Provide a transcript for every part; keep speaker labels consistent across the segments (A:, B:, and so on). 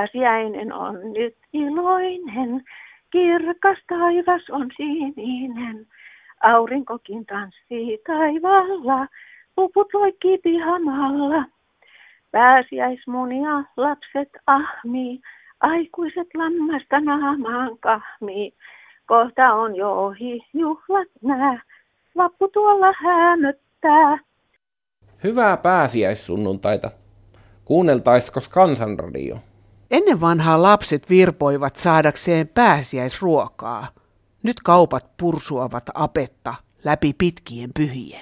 A: Pääsiäinen on nyt iloinen, kirkas taivas on sininen. Aurinkokin tanssii taivaalla, puput loikkii pihamalla. Pääsiäismunia lapset ahmii, aikuiset lammasta naamaan kahmii. Kohta on jo ohi juhlat nää, vappu tuolla häämöttää.
B: Hyvää pääsiäissunnuntaita. Kuunneltaiskos Kansanradio?
C: Ennen vanhaa lapset virpoivat saadakseen pääsiäisruokaa. Nyt kaupat pursuavat apetta läpi pitkien pyhien.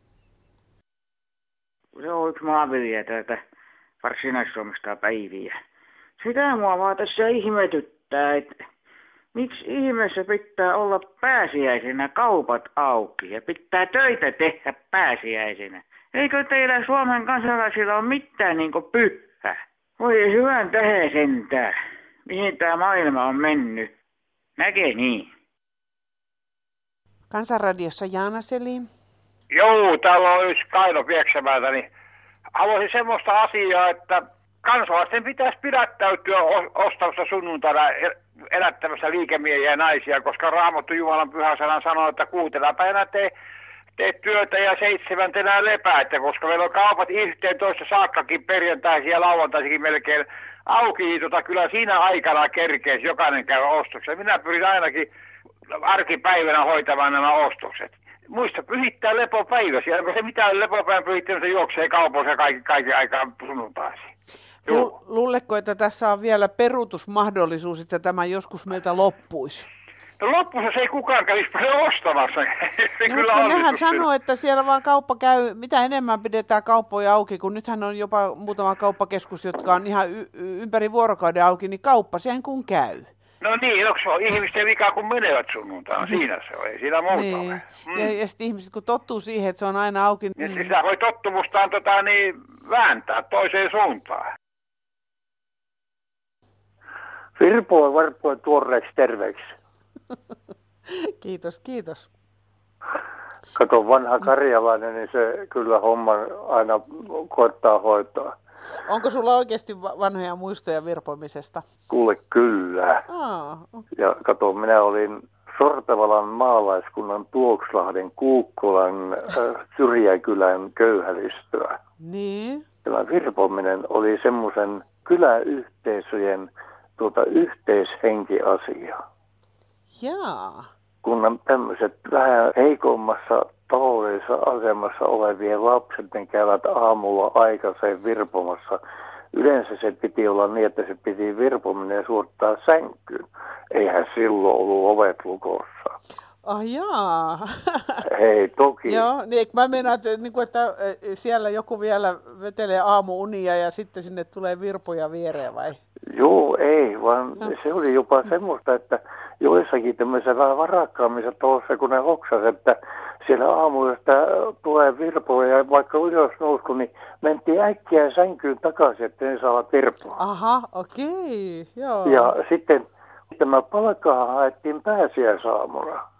D: Se on yksi maanviljelijä täältä Varsinais-Suomesta päiviä. Sitä mua vaan tässä ihmetyttää, että miksi ihmeessä pitää olla pääsiäisenä kaupat auki ja pitää töitä tehdä pääsiäisenä. Eikö teillä Suomen kansalaisilla ole mitään niinku pyhää? Voi hyvän tähden sentään, mihin tämä maailma on mennyt. Näkee niin.
C: Kansanradiossa Jaana Selin.
E: Joo, täällä on yksi Kaino Pieksämäeltä, niin haluaisin semmoista asiaa, että kansalaisten pitäisi pidättäytyä ostamassa sunnuntaina elättämässä liikemiehiä ja naisia, koska Raamattu Jumalan pyhäsanan sanoo, että 6 päivänä teet työtä ja 7 lepäätte, koska meillä on kaupat 11 saakkakin perjantaisin ja lauantaisinkin melkein auki, kyllä siinä aikana kerkeisi jokainen käy ostoksessa. Minä pyrin ainakin arkipäivänä hoitamaan nämä ostokset. Muista pyhittää lepopäiväsi, onko se mitään lepopäivän pyhittämistä juoksee kaupoissa kaiken aikaan sunnuntaisin.
C: Luuletko, että tässä on vielä peruutusmahdollisuus, että tämä joskus meiltä loppuisi?
E: No loppuissa se ei kukaan kävisi paljon ostamassa. Se
C: no,
E: kyllä
C: mutta nehän sanoo, että siellä vaan kauppa käy, mitä enemmän pidetään kauppoja auki, kun nythän on jopa muutama kauppakeskus, jotka on ihan ympäri vuorokauden auki, niin kauppa sen kun käy.
E: No niin, onko se on ihmisten vika, kun menevät sunnuntaan? Siinä se on, ei siinä muuta ole.
C: Ja sitten ihmiset, kun tottuu siihen, että se on aina auki.
E: Ja sitä voi tottumustaan vääntää toiseen suuntaan.
F: Virpoi varpoi tuoreeksi terveeksi.
C: Kiitos.
F: Kato, vanha karjalainen, niin se kyllä homman aina koettaa hoitaa.
C: Onko sulla oikeasti vanhoja muistoja virpomisesta?
F: Kuule, kyllä.
C: Okay.
F: Ja kato, minä olin Sortavalan maalaiskunnan Tuokslahden Kuukkolan Syrjäkylän köyhälistöä.
C: Niin.
F: Tämä virpominen oli semmoisen kyläyhteisöjen yhteishenkiasia.
C: Jaa.
F: Kun tämmöiset vähän heikommassa taloudellisessa asemassa olevien lapset, ne käyvät aamulla aikaiseen virpomassa. Yleensä se piti olla niin, että se piti virpominen suorittaa sänkyyn. Eihän silloin ollut ovet lukossa.
C: Jaa.
F: Hei, toki.
C: Joo, niin mä meinaan, että siellä joku vielä vetelee aamuunia ja sitten sinne tulee virpoja viereen vai?
F: Joo, ei, vaan se oli jopa semmoista, että joissakin tämmöisissä vähän varakkaammissa talossa, kun ne hoksas, että siellä aamuista tulee virpoja ja vaikka ylös nousku, niin mentiin äkkiä sänkyyn takaisin, että ne saavat virpoa.
C: Aha, okei, joo.
F: Ja sitten tämä palkkaa haettiin pääsiäisaamuna.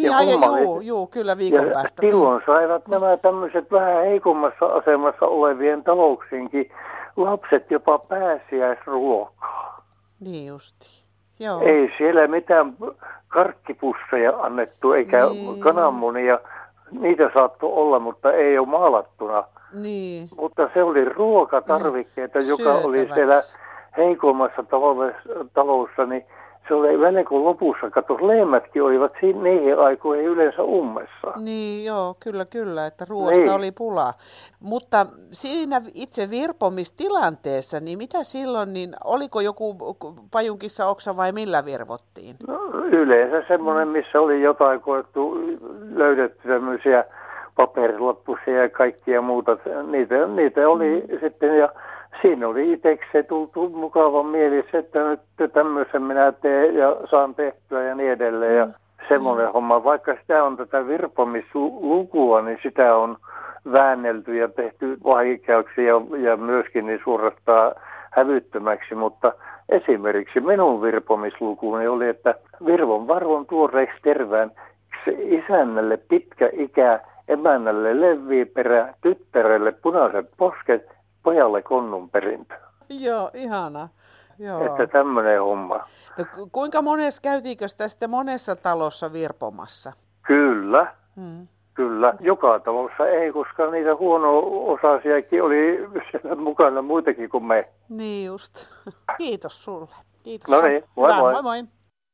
C: Joo, kyllä viikon
F: ja
C: päästä.
F: Silloin saivat nämä tämmöiset vähän heikommassa asemassa olevien talouksiinkin lapset jopa pääsiäisruokaa.
C: Niin justi. Joo.
F: Ei siellä mitään karkkipusseja annettu eikä kananmunia. Niitä saattoi olla, mutta ei ole maalattuna.
C: Niin.
F: Mutta se oli ruokatarvikkeita, joka oli siellä heikommassa taloudessa, niin se oli välillä kun lopussa, lehmätkin olivat niihin aikoihin yleensä ummessa.
C: Niin joo, kyllä, että ruoasta oli pulaa. Mutta siinä itse virpomistilanteessa, niin mitä silloin, niin oliko joku pajunkissa oksa vai millä virvottiin?
F: No, yleensä semmoinen, missä oli jotain löydetty tämmöisiä paperilappusia ja kaikkia muuta. Niitä oli sitten ja siinä oli itsekseen tultu mukavan mielessä, että nyt tämmöisen minä teen ja saan tehtyä ja niin edelleen. Ja semmoinen homma, vaikka sitä on tätä virpomislukua, niin sitä on väännelty ja tehty vaikeaksi ja myöskin niin suorastaan hävyttömäksi. Mutta esimerkiksi minun virpomislukuni oli, että virvon varvon tuoreeksi tervään isännälle pitkä ikä, emännälle leviä perä, tyttärelle punaiset posket, pojalle konnun perintö.
C: Joo, ihana. Joo.
F: Että tämmöinen homma.
C: No, kuinka käytiinkö sitä sitten monessa talossa virpomassa?
F: Kyllä. Kyllä, joka talossa ei, koska niitä huono-osaisiakin oli siellä mukana muitakin kuin me.
C: Niin just. Kiitos sulle. Kiitos.
F: No niin, moi moi.
C: Moi moi.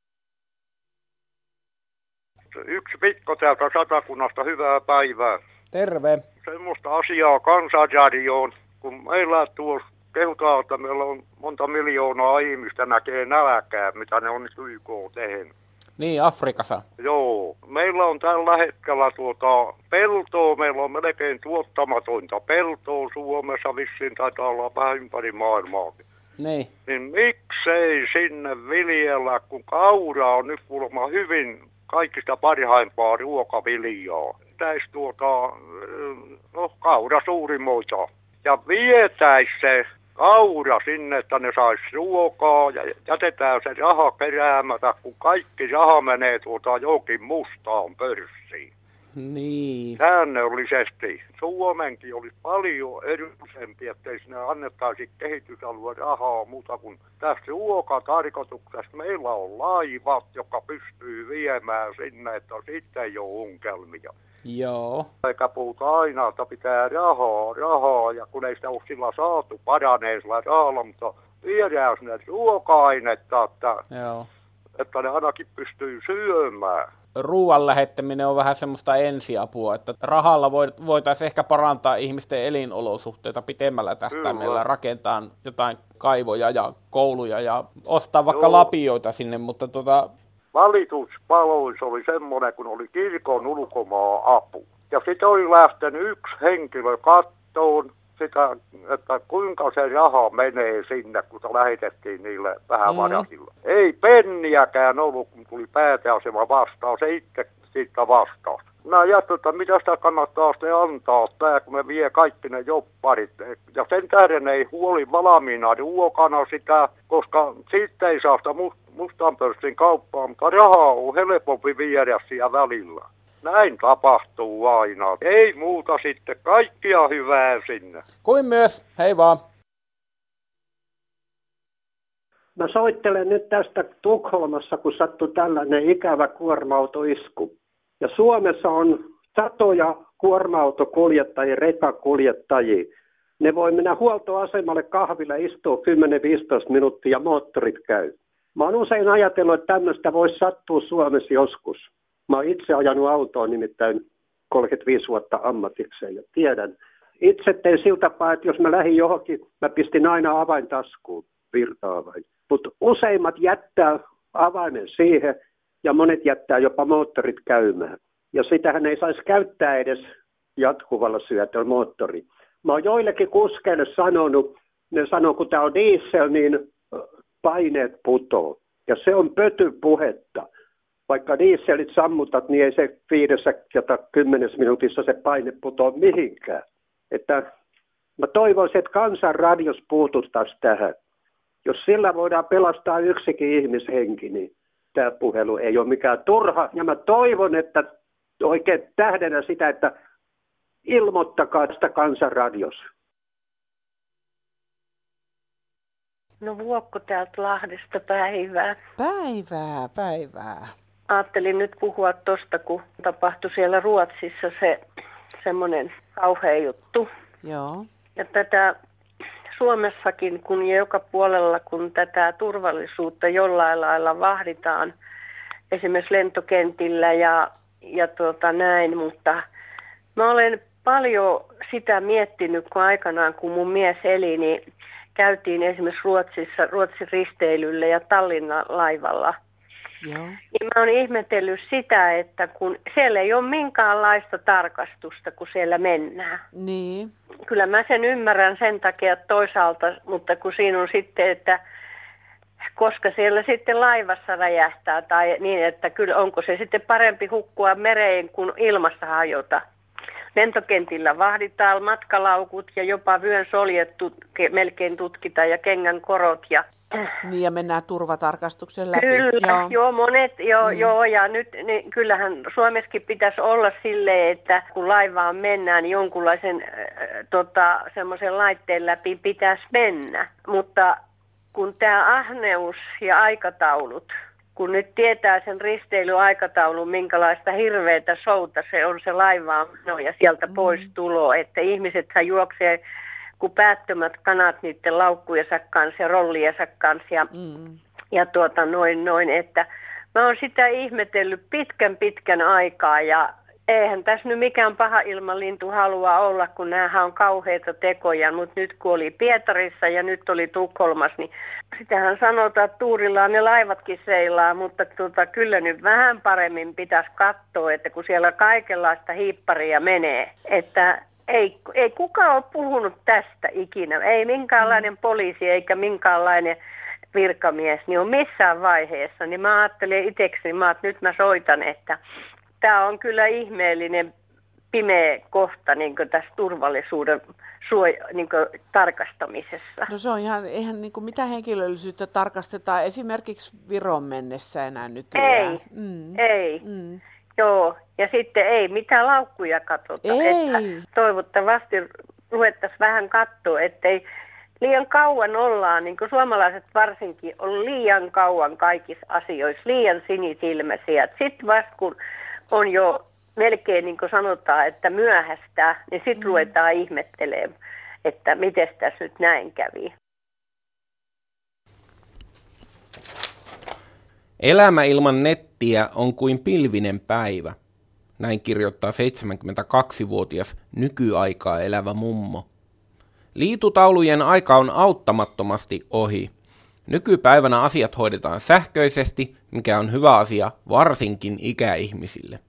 G: Yksi Mikko täältä Satakunnasta, hyvää päivää.
B: Terve.
G: Semmoista asiaa Kansanradioon, kun meillä tuossa kehutaan, että meillä on monta miljoonaa ihmistä näkee nälkää, mitä ne on nyt YK tehnyt.
B: Niin, Afrikassa.
G: Joo, meillä on tällä hetkellä peltoa, meillä on melkein tuottamatonta peltoa Suomessa, vissiin taitaa olla vähän ympäri maailmaa.
B: Niin.
G: Niin miksei sinne viljellä, kun kaura on nyt kuulemma hyvin kaikista parhaimpaa ruokaviljaa. Pitäisi kaura suurimoita. Ja vietäisi se kaura sinne, että ne sais ruokaa ja jätetään se raha keräämättä, kun kaikki raha menee johonkin mustaan pörssiin.
B: Niin.
G: Säännöllisesti. Suomenkin olisi paljon edullisempi, ettei sinne annettaisi kehitysalueen rahaa muuta kuin tässä ruokatarkoituksessa. Meillä on laivat, jotka pystyy viemään sinne, että sitten ei ole ongelmia.
B: Joo.
G: Eikä puhuta aina, että pitää rahaa, ja kun ei sitä ole sillä saatu, paranee sillä rahalla, mutta viedään sinne ruoka-ainetta, että ne ainakin pystyy syömään.
B: Ruoan lähettäminen on vähän semmoista ensiapua, että rahalla voitaisiin ehkä parantaa ihmisten elinolosuhteita pitemmällä tähtäimellä, rakentaa jotain kaivoja ja kouluja ja ostaa vaikka lapioita sinne, mutta
G: Valituspaloissa oli semmoinen, kun oli kirkon ulkomaa-apu. Ja sitten oli lähtenyt yksi henkilö kattoon sitä, että kuinka se raha menee sinne, kun se lähetettiin niille vähävaraisille. Ei penniäkään ollut, kun tuli pääteasema vastaan. Se itse siitä vastasi. Mä ajattelin, että mitä sitä kannattaa sitten antaa, kun me vie kaikki ne jopparit. Ja sen tähden ei huoli valmiina ruokana sitä, koska siitä ei saa sitä mustan pörssin kauppaa, mutta rahaa on helpompi viedä siellä välillä. Näin tapahtuu aina. Ei muuta sitten. Kaikkia hyvää sinne.
B: Kuin myös. Hei vaan.
H: Mä soittelen nyt tästä Tukholmassa, kun sattui tällainen ikävä kuorma-autoisku. Ja Suomessa on satoja kuorma-autokuljettajia, rekakuljettajia. Ne voi mennä huoltoasemalle kahville, istua 10-15 minuuttia ja moottorit käy. Mä oon usein ajatellut, että tämmöistä voisi sattua Suomessa joskus. Mä oon itse ajanut autoa nimittäin 35 vuotta ammatikseen ja tiedän. Itse tein sillä tapaa, että jos mä lähdin johonkin, mä pistin aina avaintaskuun, virta-avain. Mutta useimmat jättää avaimen siihen ja monet jättää jopa moottorit käymään. Ja sitähän ei saisi käyttää edes jatkuvalla syötöllä moottori. Mä oon joillekin kuskeille sanonut, ne sanoo, kun tää on diesel, niin paineet putoo. Ja se on pötypuhetta. Vaikka dieselit sammutat, niin ei se 5-10 minuutissa se paine putoa mihinkään. Että mä toivoisin, että Kansanradios puututtaisiin tähän. Jos sillä voidaan pelastaa yksikin ihmishenki, niin tämä puhelu ei ole mikään turha. Ja mä toivon, että oikein tähdenä sitä, että ilmoittakaa sitä Kansanradiossa.
A: No Vuokko täältä Lahdesta, päivää.
C: Päivää.
A: Ajattelin nyt puhua tuosta, kun tapahtui siellä Ruotsissa se semmoinen kauhea juttu.
C: Joo.
A: Ja tätä Suomessakin, kun joka puolella, kun tätä turvallisuutta jollain lailla vahditaan, esimerkiksi lentokentillä ja näin, mutta mä olen paljon sitä miettinyt, kun aikanaan, kun mun mies eli, niin käytiin esimerkiksi Ruotsin risteilyllä ja Tallinnan laivalla.
C: Joo.
A: Niin mä oon ihmetellyt sitä, että kun siellä ei ole minkäänlaista tarkastusta, kun siellä mennään.
C: Niin.
A: Kyllä mä sen ymmärrän sen takia toisaalta, mutta kun siinä on sitten, että koska siellä sitten laivassa räjähtää tai niin, että kyllä onko se sitten parempi hukkua mereen kuin ilmassa hajota. Lentokentillä vahditaan matkalaukut ja jopa vyön soljet melkein tutkitaan ja kengän korot ja
C: niin ja mennään turvatarkastuksen läpi.
A: Kyllä, joo monet, joo ja nyt niin kyllähän Suomessakin pitäisi olla silleen, että kun laivaan mennään, niin jonkunlaisen semmoisen laitteen läpi pitäisi mennä. Mutta kun tämä ahneus ja aikataulut, kun nyt tietää sen risteilyaikataulun, minkälaista hirveätä showta se on se laivaan ja sieltä pois tulo, että ihmisethän juoksee kuin päättömät kanat niiden laukkujensa kanssa ja rolliensa kanssa ja että mä oon sitä ihmetellyt pitkän aikaa ja eihän tässä nyt mikään paha ilmalintu halua olla, kun näähän on kauheita tekoja, mutta nyt kun oli Pietarissa ja nyt oli Tukholmassa, niin sitähän sanotaan, että tuurillaan ne laivatkin seilaa, mutta kyllä nyt vähän paremmin pitäisi katsoa, että kun siellä kaikenlaista hiipparia menee, että ei kukaan ole puhunut tästä ikinä, ei minkäänlainen poliisi eikä minkäänlainen virkamies, niin on missään vaiheessa, niin mä ajattelin itsekseni, että nyt mä soitan, että tämä on kyllä ihmeellinen pimeä kohta niin tässä turvallisuuden niin tarkastamisessa.
C: No se on eihän niin mitä henkilöllisyyttä tarkastetaan esimerkiksi Viron mennessä enää nykyään.
A: Ei. Joo, ja sitten ei mitään laukkuja katsota. Että toivottavasti ruvettaisiin vähän katsoa, ettei liian kauan ollaan, niin kuin suomalaiset varsinkin, on liian kauan kaikissa asioissa, liian sinisilmäisiä. Sitten vasta kun on jo melkein niin kuin sanotaan, että myöhäistä, niin sitten ruvetaan ihmettelemään, että miten tässä nyt näin kävi.
B: Elämä ilman nettiä on kuin pilvinen päivä. Näin kirjoittaa 72-vuotias nykyaikaa elävä mummo. Liitutaulujen aika on auttamattomasti ohi. Nykypäivänä asiat hoidetaan sähköisesti, mikä on hyvä asia varsinkin ikäihmisille.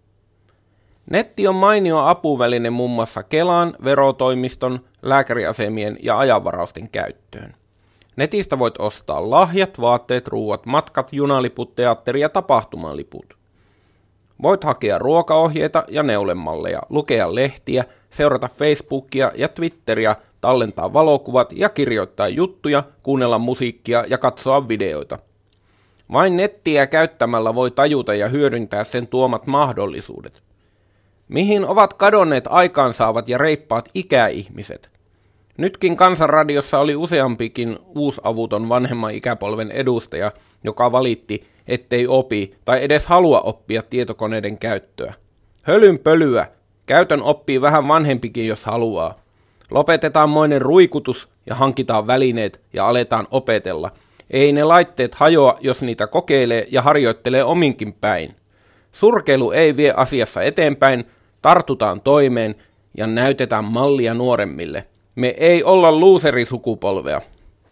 B: Netti on mainio apuväline muun muassa Kelan, verotoimiston, lääkäriasemien ja ajanvarausten käyttöön. Netistä voit ostaa lahjat, vaatteet, ruuat, matkat, junaliput, teatteri- ja tapahtumaliput. Voit hakea ruokaohjeita ja neulemalleja, lukea lehtiä, seurata Facebookia ja Twitteriä, tallentaa valokuvat ja kirjoittaa juttuja, kuunnella musiikkia ja katsoa videoita. Vain nettiä käyttämällä voi tajuta ja hyödyntää sen tuomat mahdollisuudet. Mihin ovat kadonneet aikaansaavat ja reippaat ikäihmiset? Nytkin Kansanradiossa oli useampikin uusavuton vanhemman ikäpolven edustaja, joka valitti, ettei opi tai edes halua oppia tietokoneiden käyttöä. Hölynpölyä. Käytön oppii vähän vanhempikin, jos haluaa. Lopetetaan moinen ruikutus ja hankitaan välineet ja aletaan opetella. Ei ne laitteet hajoa, jos niitä kokeilee ja harjoittelee ominkin päin. Surkeilu ei vie asiassa eteenpäin, tartutaan toimeen ja näytetään mallia nuoremmille. Me ei olla luuserisukupolvea.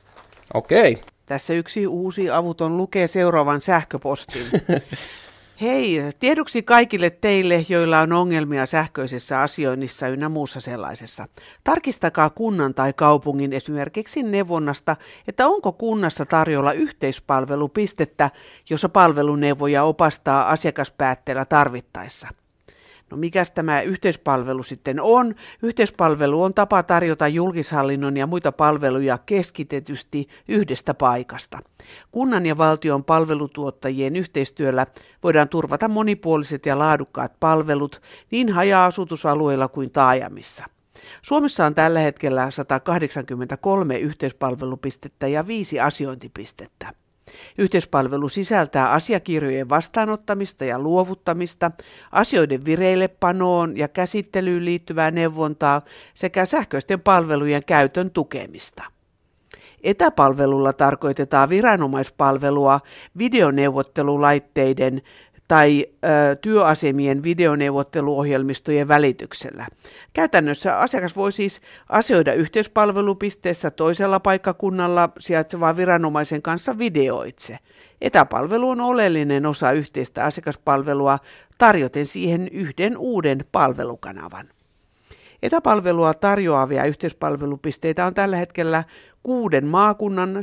B: Okei.
C: Tässä yksi uusi avuton lukee seuraavan sähköpostin. Hei, tiedoksi kaikille teille, joilla on ongelmia sähköisessä asioinnissa ynnä muussa sellaisessa. Tarkistakaa kunnan tai kaupungin esimerkiksi neuvonnasta, että onko kunnassa tarjolla yhteispalvelupistettä, jossa palveluneuvoja opastaa asiakaspäätteellä tarvittaessa. No mikäs tämä yhteispalvelu sitten on? Yhteispalvelu on tapa tarjota julkishallinnon ja muita palveluja keskitetysti yhdestä paikasta. Kunnan ja valtion palvelutuottajien yhteistyöllä voidaan turvata monipuoliset ja laadukkaat palvelut niin haja-asutusalueilla kuin taajamissa. Suomessa on tällä hetkellä 183 yhteispalvelupistettä ja 5 asiointipistettä. Yhteispalvelu sisältää asiakirjojen vastaanottamista ja luovuttamista, asioiden vireillepanoon ja käsittelyyn liittyvää neuvontaa sekä sähköisten palvelujen käytön tukemista. Etäpalvelulla tarkoitetaan viranomaispalvelua videoneuvottelulaitteiden tai työasemien videoneuvotteluohjelmistojen välityksellä. Käytännössä asiakas voi siis asioida yhteispalvelupisteessä toisella paikkakunnalla sijaitsevan viranomaisen kanssa videoitse. Etäpalvelu on oleellinen osa yhteistä asiakaspalvelua tarjoten siihen yhden uuden palvelukanavan. Etäpalvelua tarjoavia yhteispalvelupisteitä on tällä hetkellä 6 maakunnan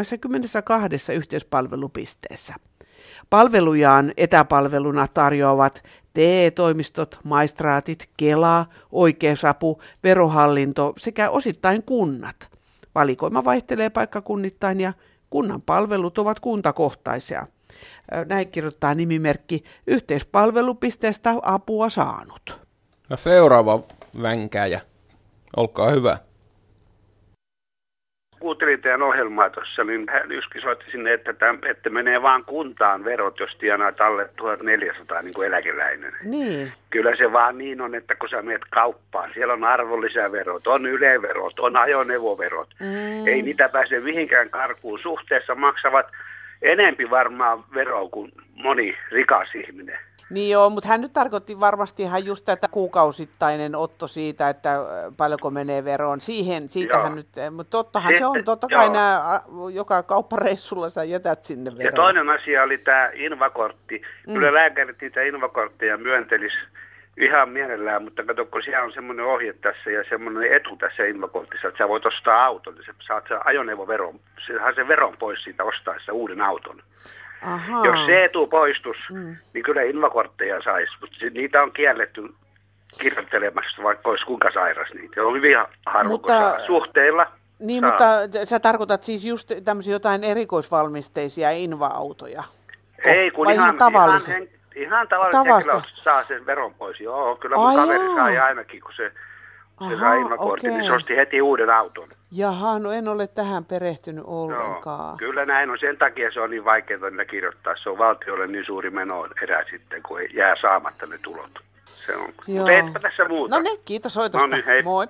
C: 72 yhteispalvelupisteessä. Palvelujaan etäpalveluna tarjoavat TE-toimistot, maistraatit, Kela, oikeusapu, verohallinto sekä osittain kunnat. Valikoima vaihtelee paikkakunnittain ja kunnan palvelut ovat kuntakohtaisia. Näin kirjoittaa nimimerkki yhteispalvelupisteestä apua saanut.
B: Ja seuraava vänkäjä. Olkaa hyvä.
I: kuuntelin teidän ohjelmaa tuossa, niin yksi soitti sinne, että menee vaan kuntaan verot, jos tienaat alle 1400 niin kuin eläkeläinen.
C: Niin.
I: Kyllä se vaan niin on, että kun sä menet kauppaan, siellä on arvonlisäverot, on yleverot, on ajoneuvoverot. Ei niitä pääse mihinkään karkuun. Suhteessa maksavat enempi varmaan veroa kuin moni rikas ihminen.
C: Niin joo, mutta hän nyt tarkoitti varmasti ihan just tätä kuukausittainen otto siitä, että paljonko menee veroon. Siitähän nyt, mutta tottahan se on, totta kai joka kauppareissulla sä jätät sinne veroon.
I: Ja toinen asia oli tämä invakortti. Kyllä lääkärit niitä invakortteja myöntelis ihan mielellään, mutta kato, kun siellä on semmoinen ohje tässä ja semmoinen etu tässä invakortissa, että sä voit ostaa auton, ja saat sen ajoneuvoveron, se veron pois siitä ostaessa uuden auton.
C: Aha.
I: Jos se etu poistus, niin kyllä invakortteja saisi, mutta niitä on kielletty kirjoittelemassa, vaikka olisi kuinka sairas niitä. Se on hyvin harvoin suhteilla.
C: Niin, mutta sä tarkoitat siis just tämmöisiä jotain erikoisvalmisteisia inva-autoja?
I: Ei, kun ihan tavallista henkilö saa sen veron pois. Joo, kyllä mun kaveri sai ainakin, kun se sai invakortin, niin se osti heti uuden auton.
C: Jaha, no en ole tähän perehtynyt ollenkaan.
I: No, kyllä näin on. Sen takia se on niin vaikeaa kirjoittaa. Se on valtiolle niin suuri meno erä sitten, kun jää saamatta ne tulot. Se on. Mutta eipä tässä muuta.
C: No niin, kiitos soitosta.
I: No niin, hei.
C: Moi.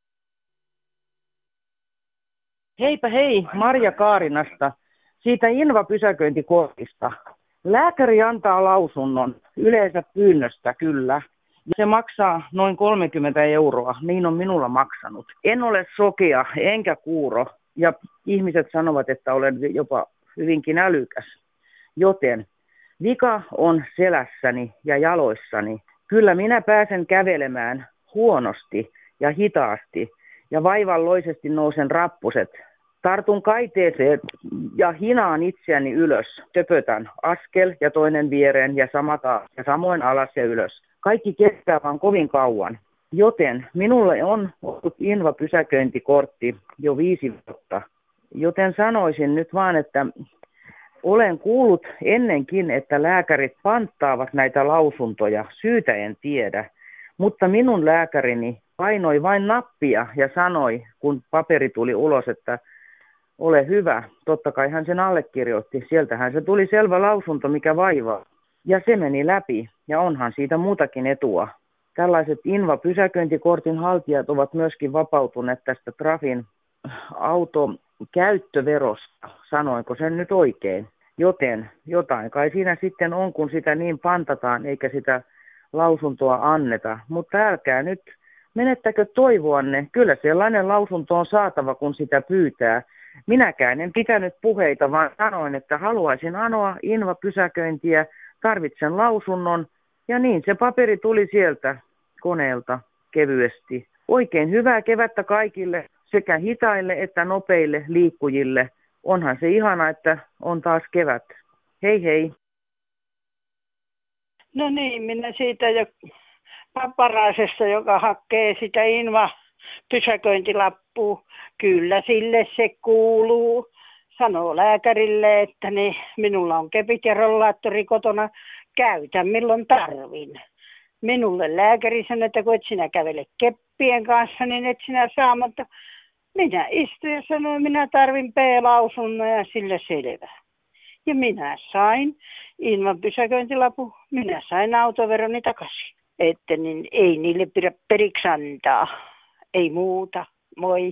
J: Heipä hei, Marja Kaarinasta. Siitä Inva-pysäköintikortista. Lääkäri antaa lausunnon, yleensä pyynnöstä kyllä. Se maksaa noin 30 €, niin on minulla maksanut. En ole sokea enkä kuuro ja ihmiset sanovat, että olen jopa hyvinkin älykäs. Joten vika on selässäni ja jaloissani. Kyllä minä pääsen kävelemään huonosti ja hitaasti ja vaivalloisesti nousen rappuset. Tartun kaiteeseen ja hinaan itseäni ylös. Töpötän askel ja toinen viereen ja samoin alas ja ylös. Kaikki kestää vaan kovin kauan. Joten minulle on ollut Inva-pysäköintikortti jo 5 vuotta. Joten sanoisin nyt vaan, että olen kuullut ennenkin, että lääkärit panttaavat näitä lausuntoja. Syytä en tiedä. Mutta minun lääkärini painoi vain nappia ja sanoi, kun paperi tuli ulos, että ole hyvä. Totta kai hän sen allekirjoitti. Sieltähän se tuli selvä lausunto, mikä vaivaa. Ja se meni läpi, ja onhan siitä muutakin etua. Tällaiset Inva-pysäköintikortin haltijat ovat myöskin vapautuneet tästä Trafin autokäyttöverosta, sanoinko sen nyt oikein. Joten jotain kai siinä sitten on, kun sitä niin pantataan, eikä sitä lausuntoa anneta. Mutta älkää nyt, menettäkö toivoanne, kyllä sellainen lausunto on saatava, kun sitä pyytää. Minäkään en pitänyt puheita, vaan sanoin, että haluaisin anoa Inva-pysäköintiä, tarvitsen lausunnon, ja niin se paperi tuli sieltä koneelta kevyesti. Oikein hyvää kevättä kaikille, sekä hitaille että nopeille liikkujille. Onhan se ihana, että on taas kevät. Hei hei.
K: No niin, minä siitä jo papparaisesta, joka hakee sitä Inva-pysäköintilappua. Kyllä sille se kuuluu. Sanoo lääkärille, että niin, minulla on kepit ja rollaattori kotona. Käytän milloin tarvin. Minulle lääkäri sanoi, että kun et sinä kävele keppien kanssa, niin et sinä saa, mutta minä istuin ja sanoin, minä tarvin P-lausunnon ja sillä selvä. Ja minä sain Invan pysäköintilapun, minä sain autoveroni takaisin. Että niin ei niille pidä periksi antaa. Ei muuta. Moi.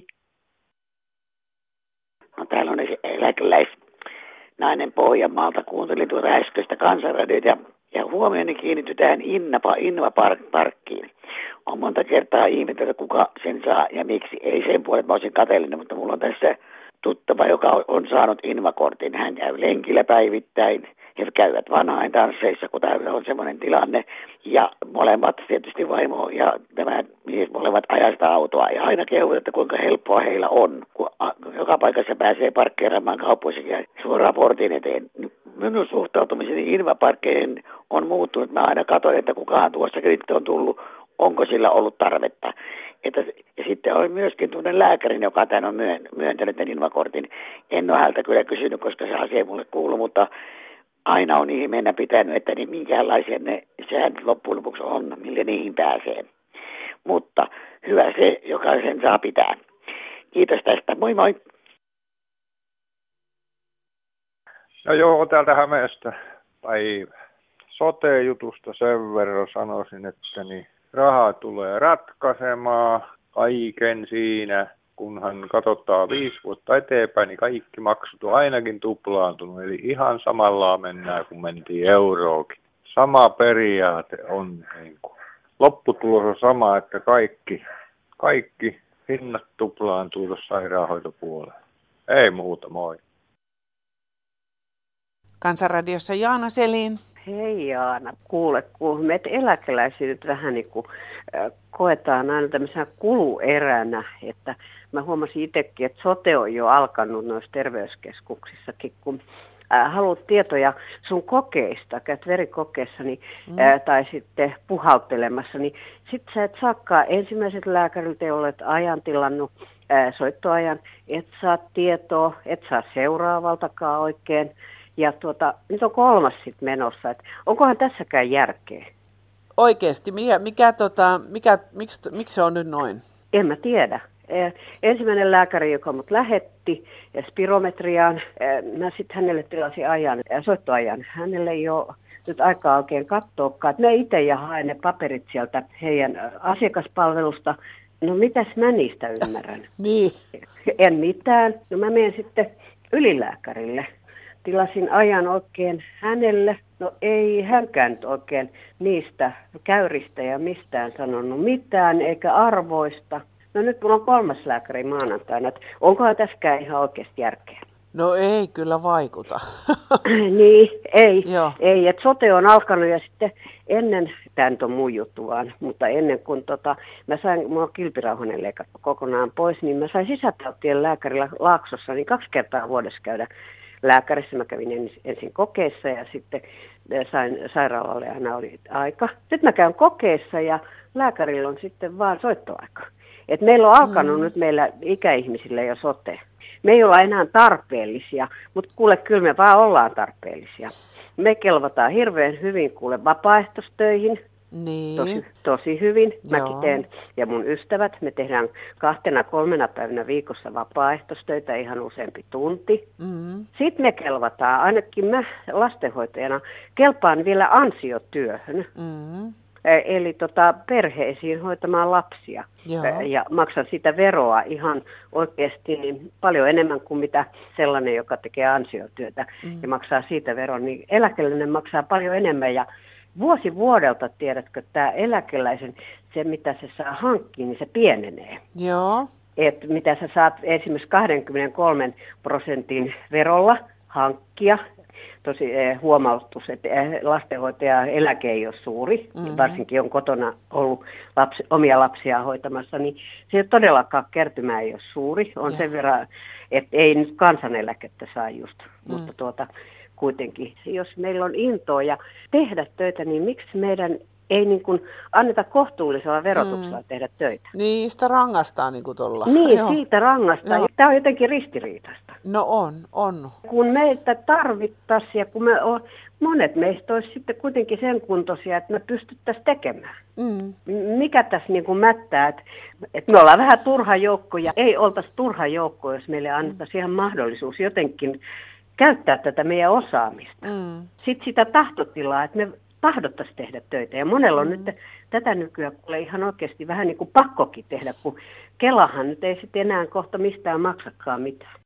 L: No, täällä on eläkeläisnainen Pohjanmaalta. Kuuntelin tuota äskeistä kansanradiota ja huomioni kiinnittyi tähän Inva-parkkiin. On monta kertaa ihmetellyt, että kuka sen saa ja miksi. Ei sen puolesta, mä olisin kateellinen, mutta mulla on tässä tuttava, joka on saanut Inva-kortin. Hän käy lenkillä päivittäin. He käyvät vanhaintansseissa, kun täällä on semmoinen tilanne. Ja molemmat, tietysti vaimo ja tämä mies, molemmat ajaa sitä autoa. Ja aina kehuvat, että kuinka helppoa heillä on, kun joka paikassa pääsee parkkeeraamaan kaupoissa ja suoraan portin eteen. Minun suhtautumiseni Inva-parkkeihin on muuttunut. Mä aina katson, että kukaan tuossa on tullut, onko sillä ollut tarvetta. Ja sitten oli myöskin tunnen lääkärin, joka tämän on myöntänyt tämän Inva-kortin. En ole häneltä kyllä kysynyt, koska se asia ei mulle kuulu, mutta aina on ihmeenä pitänyt, että niin minkälaisia ne säännöt loppujen lopuksi on, millä niihin pääsee. Mutta hyvä se, joka sen saa pitää. Kiitos tästä. Moi moi!
M: No joo, täältä Hämeestä päivä. Sote-jutusta sen verran sanoisin, että niin raha tulee ratkaisemaan kaiken siinä, kunhan katsotaan 5 vuotta eteenpäin, niin kaikki maksut on ainakin tuplaantunut. Eli ihan samalla mennään, kun mentiin euroonkin. Sama periaate on niin kuin. Lopputulos on sama, että kaikki hinnat tuplaantuu tuossa sairaanhoitopuolella. Ei muuta, moi.
C: Kansanradiossa Jaana Selin.
N: Hei Jaana, kuule, kun meitä eläkeläisiä nyt vähän niin kuin koetaan aina tämmöisenä kulueränä, että mä huomasin itsekin, että sote on jo alkanut noissa terveyskeskuksissakin, kun haluat tietoja sun kokeista, käyt verikokeessa tai sitten puhaltelemassa, niin sit sä et saakaan ensimmäiset lääkäriltä, olet ajan tilannut soittoajan, et saa tietoa, et saa seuraavaltakaan oikein. Ja nyt on 3. sitten menossa, että onkohan tässäkään järkeä?
C: Oikeasti, miksi se on nyt noin?
N: En mä tiedä. Ensimmäinen lääkäri, joka mut lähetti spirometriaan, mä sitten hänelle tilasin soittoajan. Hänelle ei ole nyt aikaa oikein katsoakaan. Mä itse ja haen ne paperit sieltä heidän asiakaspalvelusta. No mitäs mä niistä ymmärrän?
C: Niin.
N: En mitään. No mä menen sitten ylilääkärille. Tilasin ajan oikein hänelle. No ei hänkään nyt oikein niistä käyristä ja mistään sanonut mitään eikä arvoista. No nyt mulla on 3. lääkäri maanantaina. Onkohan tässäkään ihan oikeasti järkeä?
C: No ei kyllä vaikuta.
N: Niin, ei. Et sote on alkanut ja sitten ennen, tämä nyt on mun juttu vaan, mutta ennen kuin mulla on kilpirauhanen leikattu kokonaan pois, niin mä sain sisätautien lääkärillä Laaksossa niin 2 kertaa vuodessa käydä lääkärissä. Mä kävin ensin kokeessa ja sitten sain sairaalalle aina oli aika. Sitten mä käyn kokeessa ja lääkärillä on sitten vaan soittoaika. Et meillä on alkanut nyt meillä ikäihmisille jo sote. Me ei olla enää tarpeellisia, mutta kuule, kyllä me vaan ollaan tarpeellisia. Me kelvataan hirveän hyvin kuule vapaaehtoistöihin.
C: Niin.
N: Tosi hyvin. Mäkin teen ja mun ystävät, me tehdään 2-3 päivänä viikossa vapaaehtoistöitä, ihan useampi tunti.
C: Mm-hmm.
N: Sitten me kelvataan, ainakin mä lastenhoitajana, kelpaan vielä ansiotyöhön.
C: Mm-hmm.
N: Eli perheisiin hoitamaan lapsia. Ja maksan sitä veroa ihan oikeasti niin paljon enemmän kuin mitä sellainen, joka tekee ansiotyötä ja maksaa siitä veron. Niin eläkeläinen maksaa paljon enemmän ja vuosi vuodelta, tiedätkö, tämä eläkeläisen, se mitä se saa hankkia, niin se pienenee.
C: Joo.
N: Et mitä sä saat esimerkiksi 23% verolla hankkia. Tosi huomautus, että lastenhoitajan eläke ei ole suuri, varsinkin on kotona ollut omia lapsia hoitamassa, niin se ei ole todellakaan kertymä ei ole suuri. On sen verran, että ei nyt kansaneläkettä saa just, mutta kuitenkin, jos meillä on intoa ja tehdä töitä, niin miksi meidän ei niin kuin anneta kohtuullisella verotuksella tehdä töitä?
C: Niin, sitä rangaistaan niin kuin tuolla.
N: Niin, siitä rangaistaan. Joo. Tämä on jotenkin ristiriitaista.
C: No on.
N: Kun meitä tarvittaisiin ja kun monet meistä olisi sitten kuitenkin sen kuntoisia, että me pystyttäisiin tekemään. Mikä tässä niin kuin mättää, että me ollaan vähän turha joukko ja ei oltaisi turha joukko, jos meille annettaisiin ihan mahdollisuus jotenkin käyttää tätä meidän osaamista. Sitten sitä tahtotilaa, että me tahdottaisiin tehdä töitä. Ja monella on nyt tätä nykyään kuule ihan oikeasti vähän niin kuin pakkokin tehdä, kun Kelahan nyt ei sitten enää kohta mistään maksakaan mitään.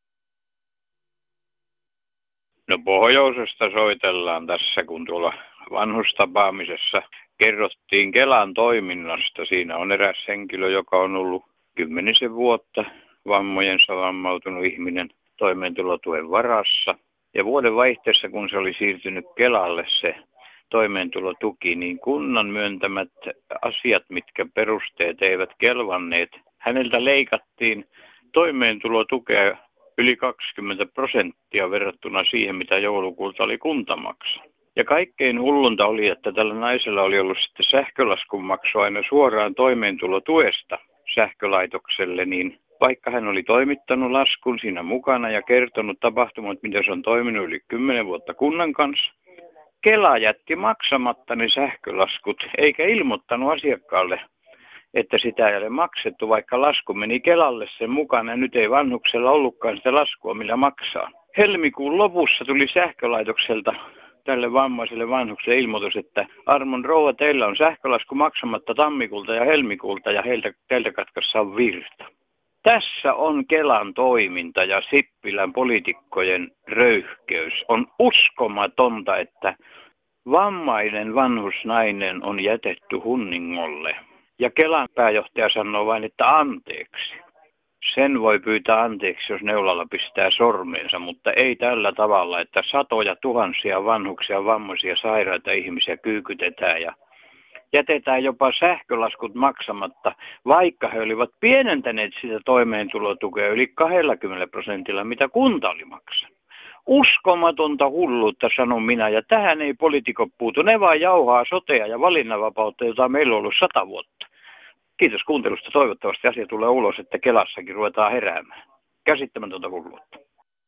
O: No pohjoisesta soitellaan tässä, kun tuolla vanhustapaamisessa kerrottiin Kelan toiminnasta. Siinä on eräs henkilö, joka on ollut 10 vuotta vammojensa vammautunut ihminen toimeentulotuen varassa. Ja vuoden vaihteessa, kun se oli siirtynyt Kelalle se toimeentulotuki, niin kunnan myöntämät asiat, mitkä perusteet eivät kelvanneet, häneltä leikattiin toimeentulotukea yli 20% verrattuna siihen, mitä joulukuulta oli kuntamaksu. Ja kaikkein hullunta oli, että tällä naisella oli ollut sitten sähkölaskun maksu aina suoraan toimeentulotuesta sähkölaitokselle, niin vaikka hän oli toimittanut laskun siinä mukana ja kertonut tapahtumat, miten se on toiminut yli 10 vuotta kunnan kanssa, Kela jätti maksamatta ne sähkölaskut, eikä ilmoittanut asiakkaalle, että sitä ei ole maksettu, vaikka lasku meni Kelalle sen mukana ja nyt ei vanhuksella ollutkaan sitä laskua, millä maksaa. helmikuun lopussa tuli sähkölaitokselta tälle vammaiselle vanhukselle ilmoitus, että armon rouva, teillä on sähkölasku maksamatta tammikuulta ja helmikuulta ja teiltä katkassa on virta. Tässä on Kelan toiminta ja Sippilän poliitikkojen röyhkeys. On uskomatonta, että vammainen vanhusnainen on jätetty hunningolle. Ja Kelan pääjohtaja sanoo vain, että anteeksi. Sen voi pyytää anteeksi, jos neulalla pistää sormeensa, mutta ei tällä tavalla, että satoja tuhansia vanhuksia, vammaisia, sairaita ihmisiä kyykytetään ja jätetään jopa sähkölaskut maksamatta, vaikka he olivat pienentäneet sitä toimeentulotukea yli 20%, mitä kunta oli maksanut. Uskomatonta hulluutta, sanon minä, ja tähän ei poliitikot puutu. Ne vaan jauhaa sotea ja valinnanvapautta, jota meillä on ollut 100 vuotta. Kiitos kuuntelusta. Toivottavasti asia tulee ulos, että Kelassakin ruvetaan heräämään. Käsittämätöntä hulluutta.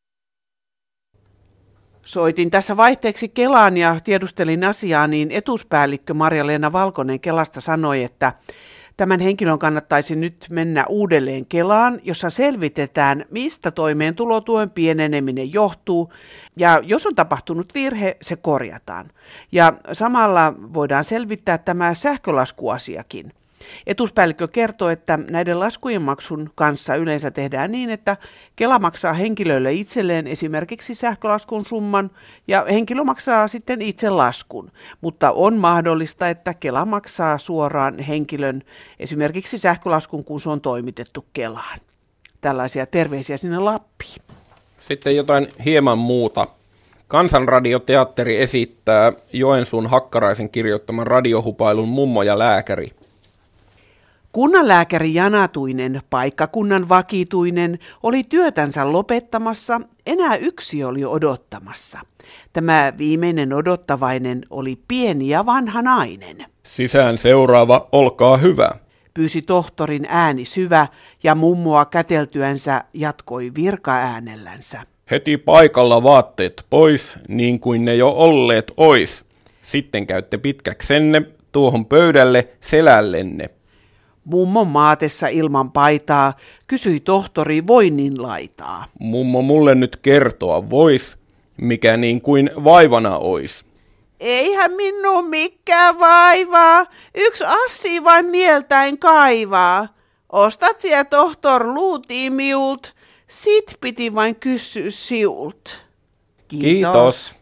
C: Soitin tässä vaihteeksi Kelaan ja tiedustelin asiaa, niin etuuspäällikkö Marja-Leena Valkonen Kelasta sanoi, että tämän henkilön kannattaisi nyt mennä uudelleen Kelaan, jossa selvitetään, mistä toimeentulotuen pieneneminen johtuu, ja jos on tapahtunut virhe, se korjataan. Ja samalla voidaan selvittää tämä sähkölaskuasiakin. Etuuspäällikkö kertoo, että näiden laskujen maksun kanssa yleensä tehdään niin, että Kela maksaa henkilölle itselleen esimerkiksi sähkölaskun summan ja henkilö maksaa sitten itse laskun. Mutta on mahdollista, että Kela maksaa suoraan henkilön esimerkiksi sähkölaskun, kun se on toimitettu Kelaan. Tällaisia terveisiä sinne Lappiin.
B: Sitten jotain hieman muuta. Kansanradioteatteri esittää Joensuun Hakkaraisen kirjoittaman radiohupailun Mummo ja lääkäri.
C: Kunnanlääkäri Janatuinen, paikkakunnan vakituinen, oli työtänsä lopettamassa, enää yksi oli odottamassa. Tämä viimeinen odottavainen oli pieni ja vanha nainen.
B: Sisään seuraava, olkaa hyvä,
C: pyysi tohtorin ääni syvä ja mummoa käteltyänsä jatkoi virkaäänellänsä.
B: Heti paikalla vaatteet pois, niin kuin ne jo olleet ois. Sitten käytte pitkäksenne tuohon pöydälle selällenne.
C: Mummon maatessa ilman paitaa kysyi tohtori voinnin laitaa.
B: Mummo mulle nyt kertoa vois, mikä niin kuin vaivana ois.
C: Eihän minun mikään vaivaa, yksi assi vain mieltäin kaivaa. Ostat siellä tohtor luutimiult, sit piti vain kysyä siult.
B: Kiitos.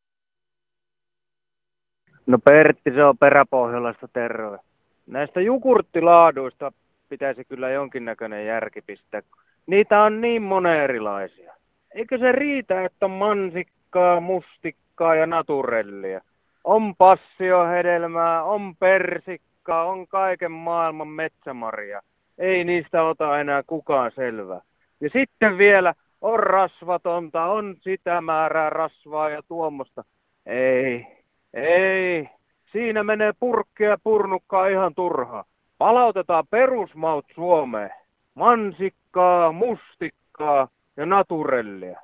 P: No Pertti, se on Peräpohjolasta, terve. Näistä jogurttilaaduista pitäisi kyllä jonkinnäköinen järki pistää. Niitä on niin monen erilaisia. Eikö se riitä, että on mansikkaa, mustikkaa ja naturellia? On passiohedelmää, on persikkaa, on kaiken maailman metsämaria. Ei niistä ota enää kukaan selvää. Ja sitten vielä on rasvatonta, on sitä määrää rasvaa ja tuommoista. Ei. Siinä menee purkkia ja purnukkaa ihan turhaa. Palautetaan perusmaut Suomeen. Mansikkaa, mustikkaa ja naturellia.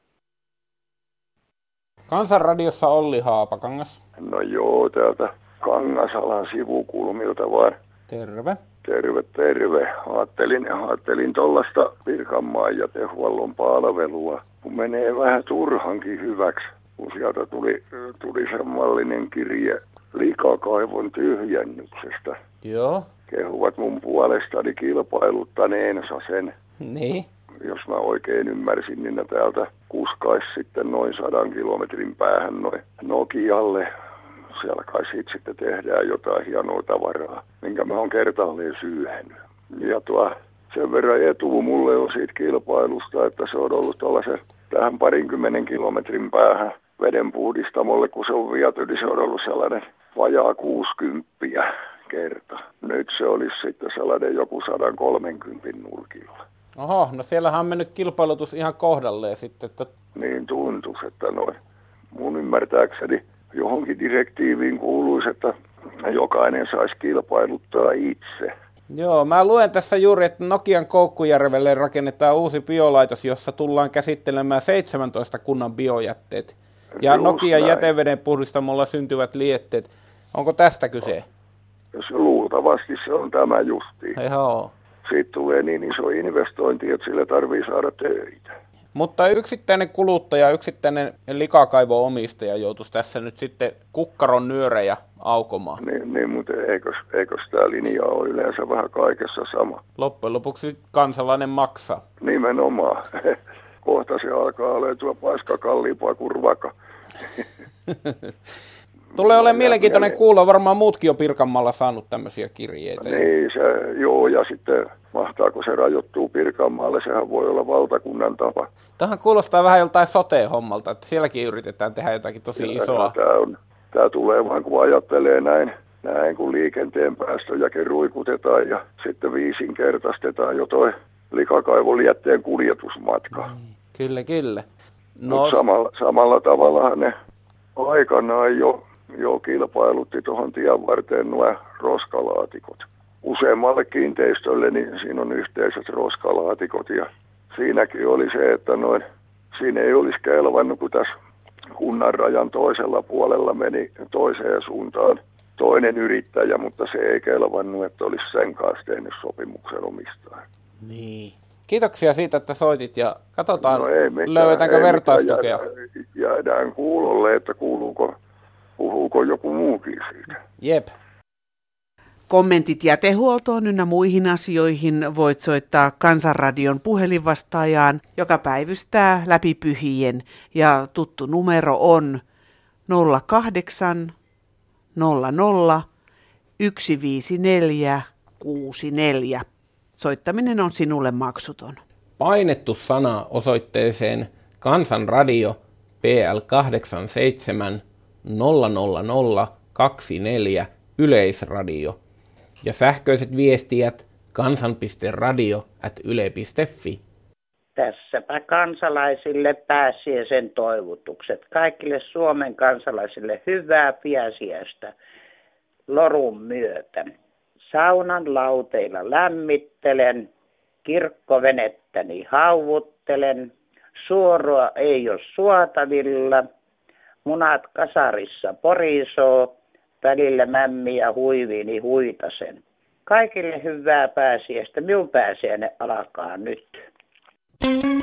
B: Kansanradiossa Olli Haapakangas.
Q: No joo, täältä Kangasalan sivukulmilta vaan.
B: Terve.
Q: Terve. Ajattelin tuollaista Pirkanmaan jätehuollon palvelua, kun menee vähän turhankin hyväksi. Kun sieltä tuli semmallinen kirje likakaivon tyhjennyksestä.
B: Joo.
Q: Kehuvat mun puolestani kilpailuttaneensa sen.
B: Niin.
Q: Jos mä oikein ymmärsin, niin ne täältä kuskaisi sitten noin 100 kilometrin päähän noin Nokialle. Siellä kai siitä sitten tehdään jotain hienoa tavaraa, minkä mä oon kertaalleen syyhennyt. Ja sen verran etu mulle on siitä kilpailusta, että se on ollut tuollaisen tähän 20 kilometrin päähän vedenpuhdistamolle, kun se on viety, niin se on ollut sellainen vajaa 60 kerta. Nyt se olisi sitten sellainen joku 130 nurkilla.
B: Oho, no siellähän on mennyt kilpailutus ihan kohdalleen sitten. Että...
Q: Niin tuntuisi, että mun ymmärtääkseni johonkin direktiiviin kuuluisi, että jokainen saisi kilpailuttaa itse.
B: Joo, mä luen tässä juuri, että Nokian Koukkujärvelle rakennetaan uusi biolaitos, jossa tullaan käsittelemään 17 kunnan biojätteet. Ja just Nokian näin. Jäteveden puhdistamolla syntyvät lietteet. Onko tästä kyse?
Q: Luultavasti se on tämä justiin.
B: Joo.
Q: Siitä tulee niin iso investointi, että sille tarvii saada töitä.
B: Mutta yksittäinen kuluttaja, yksittäinen likakaivo-omistaja joutuisi tässä nyt sitten kukkaron nyörejä aukomaan.
Q: Niin mutta eikös tämä linja ole yleensä vähän kaikessa sama?
B: Loppujen lopuksi kansalainen maksaa.
Q: Nimenomaan. Kohta se alkaa löytyä paiska kalliimpaa kuin ruoka.
B: Tulee olemaan mielenkiintoinen kuulla, varmaan muutkin on Pirkanmaalla saanut tämmöisiä kirjeitä.
Q: Niin, joo, ja sitten mahtaako se rajoittuu Pirkanmaalle, sehän voi olla valtakunnan tapa.
B: Tähän kuulostaa vähän joltain sote-hommalta, että sielläkin yritetään tehdä jotakin tosi isoa.
Q: Tämä tulee vaan, kun ajattelee näin kun liikenteen päästöjäkin ruikutetaan ja sitten viisinkertaistetaan jo toi likakaivolietteen kuljetusmatka.
B: Kyllä.
Q: No, samalla tavallahan ne aikanaan jo kilpailutti tuohon tien varteen nuo roskalaatikot. Useammalle kiinteistölle niin siinä on yhteiset roskalaatikot ja siinäkin oli se, että siinä ei olisi kelvannut, kun tässä kunnan rajan toisella puolella meni toiseen suuntaan toinen yrittäjä, mutta se ei kelvannut, että olisi sen kanssa tehnyt sopimuksen omistajan.
B: Niin. Kiitoksia siitä, että soitit ja katsotaan, löydetäänkö vertaistukea.
Q: Jäädään kuulolle, että puhuuko joku muukin siitä.
B: Jep.
C: Kommentit jätehuoltoon ynnä muihin asioihin voit soittaa Kansanradion puhelinvastaajaan, joka päivystää läpi pyhien. Ja tuttu numero on 08 00 154 64. Soittaminen on sinulle maksuton.
B: Painettu sana osoitteeseen Kansanradio PL 87 00024 Yleisradio ja sähköiset viestijät kansan.radio@yle.fi.
R: Tässäpä kansalaisille pääsiäisen toivotukset. Kaikille Suomen kansalaisille hyvää pääsiäistä lorun myötä. Saunan lauteilla lämmittelen, kirkkovenettäni hauvuttelen, suoroa ei ole suotavilla, munat kasarissa porisoo, välillä mämmi ja huiviini huitasen. Kaikille hyvää pääsiäistä, minun pääsiäinen alkaa nyt.